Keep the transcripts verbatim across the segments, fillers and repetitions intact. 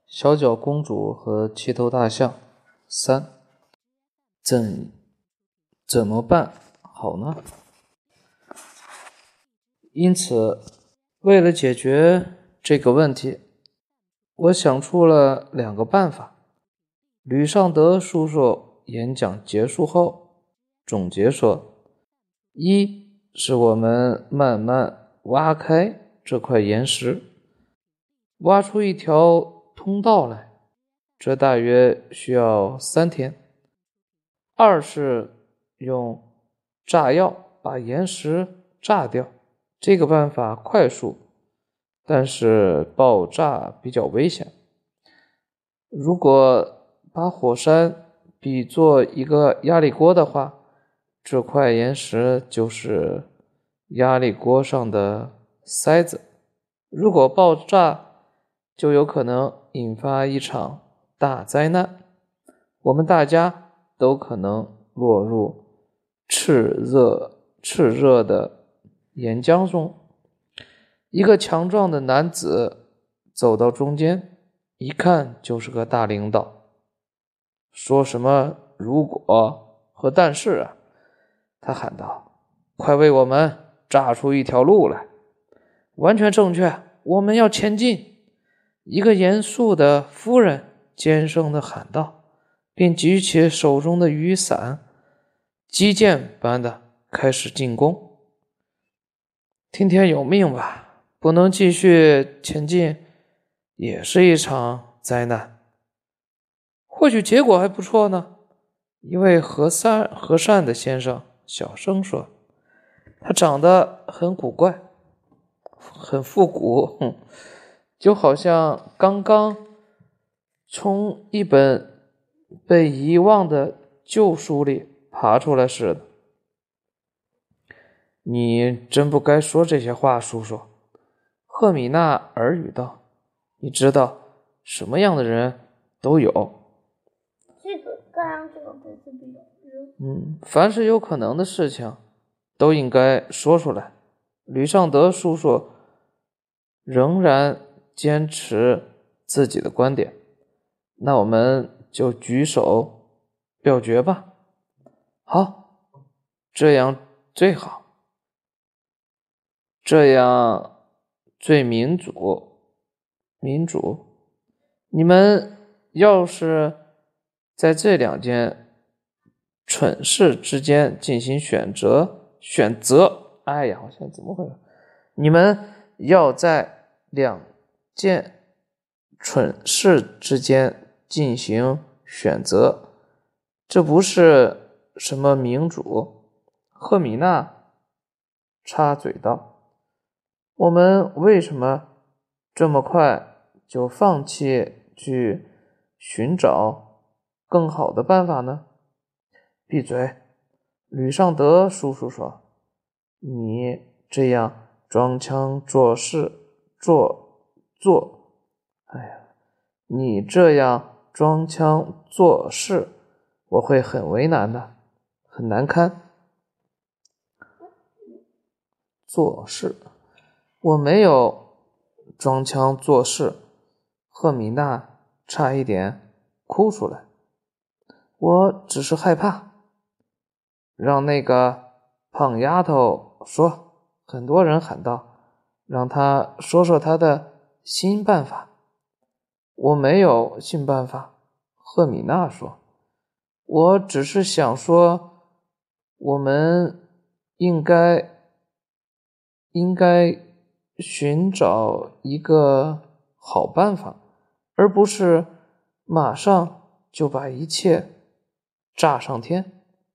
小脚公主和七头大象三，怎怎么办好呢？因此，为了解决这个问题，我想出了两个办法。吕尚德叔叔演讲结束后总结说，一是我们慢慢挖开这块岩石，挖出一条通道来，这大约需要三天。二是用炸药把岩石炸掉，这个办法快速，但是爆炸比较危险。如果把火山比作一个压力锅的话，这块岩石就是压力锅上的塞子，如果爆炸，就有可能引发一场大灾难，我们大家都可能落入炽热炽热的岩浆中。一个强壮的男子走到中间，一看就是个大领导，说什么如果和但是啊，他喊道，快为我们炸出一条路来。完全正确，我们要前进。一个严肃的夫人尖声地喊道，并举起手中的雨伞，击剑般的开始进攻。听天由命吧，不能继续前进也是一场灾难。或许结果还不错呢，一位和善和善的先生小声说，他长得很古怪，很复古，哼，就好像刚刚从一本被遗忘的旧书里爬出来似的。你真不该说这些话，叔叔。赫米娜耳语道，你知道什么样的人都有。 这个刚刚这个对自己有嗯，凡是有可能的事情都应该说出来。吕尚德叔叔仍然坚持自己的观点，那我们就举手表决吧。好，这样最好，这样最民主。民主，你们要是在这两件蠢事之间进行选择，选择，哎呀，我现在怎么回事？你们要在两件蠢事之间进行选择，这不是什么民主。赫米娜插嘴道，我们为什么这么快就放弃去寻找更好的办法呢？闭嘴！吕尚德叔叔说，你这样装腔作势做做哎呀，你这样装腔作势，我会很为难的，很难堪。做事，我没有装腔作势。赫米娜差一点哭出来，我只是害怕。让那个胖丫头说，很多人喊道，让她说说她的新办法。我没有新办法，赫米娜说，我只是想说，我们应该应该寻找一个好办法，而不是马上就把一切炸上天。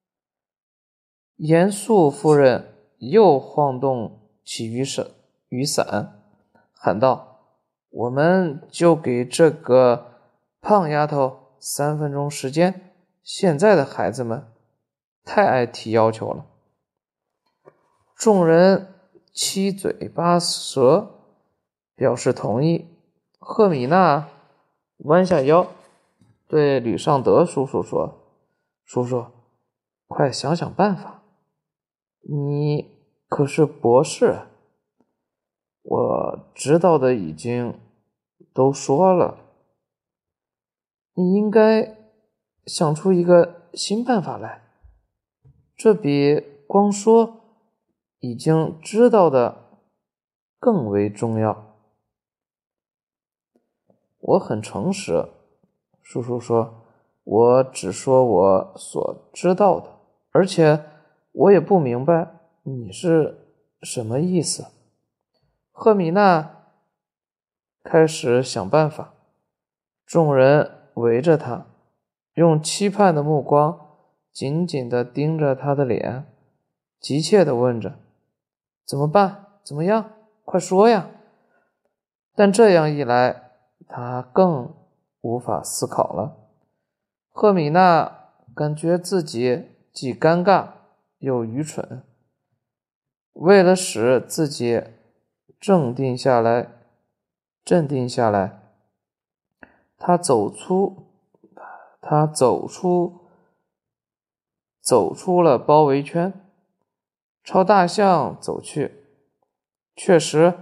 严肃夫人又晃动起雨伞，雨伞喊道，我们就给这个胖丫头三分钟时间，现在的孩子们太爱提要求了。众人七嘴八舌表示同意。赫米娜弯下腰对吕尚德叔叔说，叔叔，快想想办法，你可是博士。我知道的已经都说了。 你应该想出一个新办法来，这比光说已经知道的更为重要。我很诚实，叔叔说，我只说我所知道的，而且我也不明白你是什么意思。赫米娜开始想办法，众人围着他，用期盼的目光紧紧地盯着他的脸，急切地问着：怎么办？怎么样？快说呀！但这样一来，他更无法思考了。赫米娜感觉自己既尴尬又愚蠢，为了使自己镇定下来，镇定下来，他走出，他走出，走出了包围圈，朝大象走去。确实，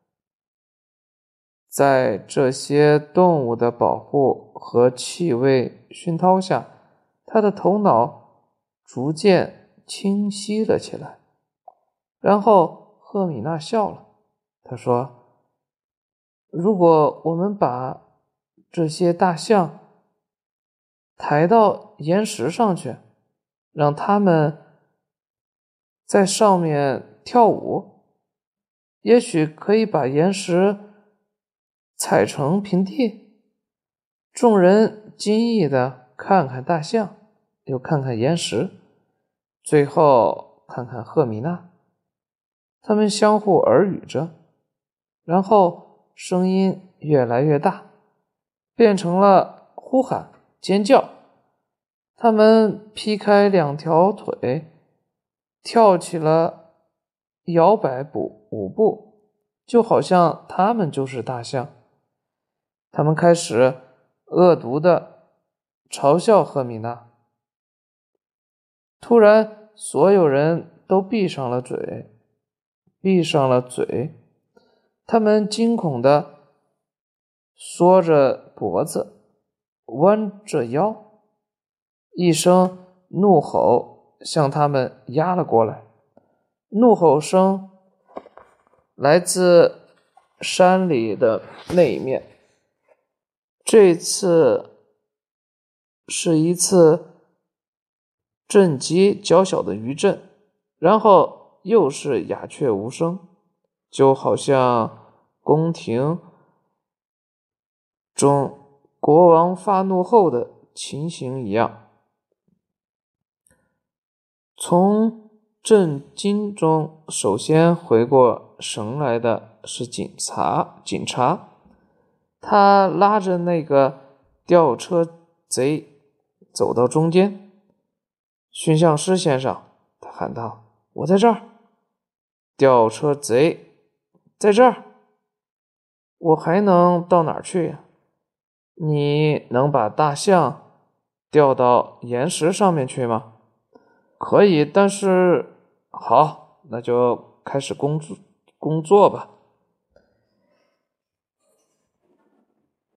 在这些动物的保护和气味熏陶下，他的头脑逐渐清晰了起来。然后赫米娜笑了，她说：如果我们把这些大象抬到岩石上去，让它们在上面跳舞，也许可以把岩石踩成平地。众人惊异地看看大象，又看看岩石，最后看看赫米娜。他们相互耳语着，然后声音越来越大，变成了呼喊、尖叫。他们劈开两条腿，跳起了摇摆步舞步，就好像他们就是大象。他们开始恶毒地嘲笑赫米娜。突然，所有人都闭上了嘴，闭上了嘴。他们惊恐地缩着脖子，弯着腰，一声怒吼向他们压了过来。怒吼声来自山里的那一面。这次是一次震极较小的余震，然后又是鸦雀无声，就好像宫廷中国王发怒后的情形一样。从震惊中首先回过神来的是警察，警察，他拉着那个吊车贼走到中间。驯象师先生，他喊道：我在这儿。吊车贼在这儿。我还能到哪儿去呀？你能把大象吊到岩石上面去吗？可以，但是好，那就开始工作工作吧。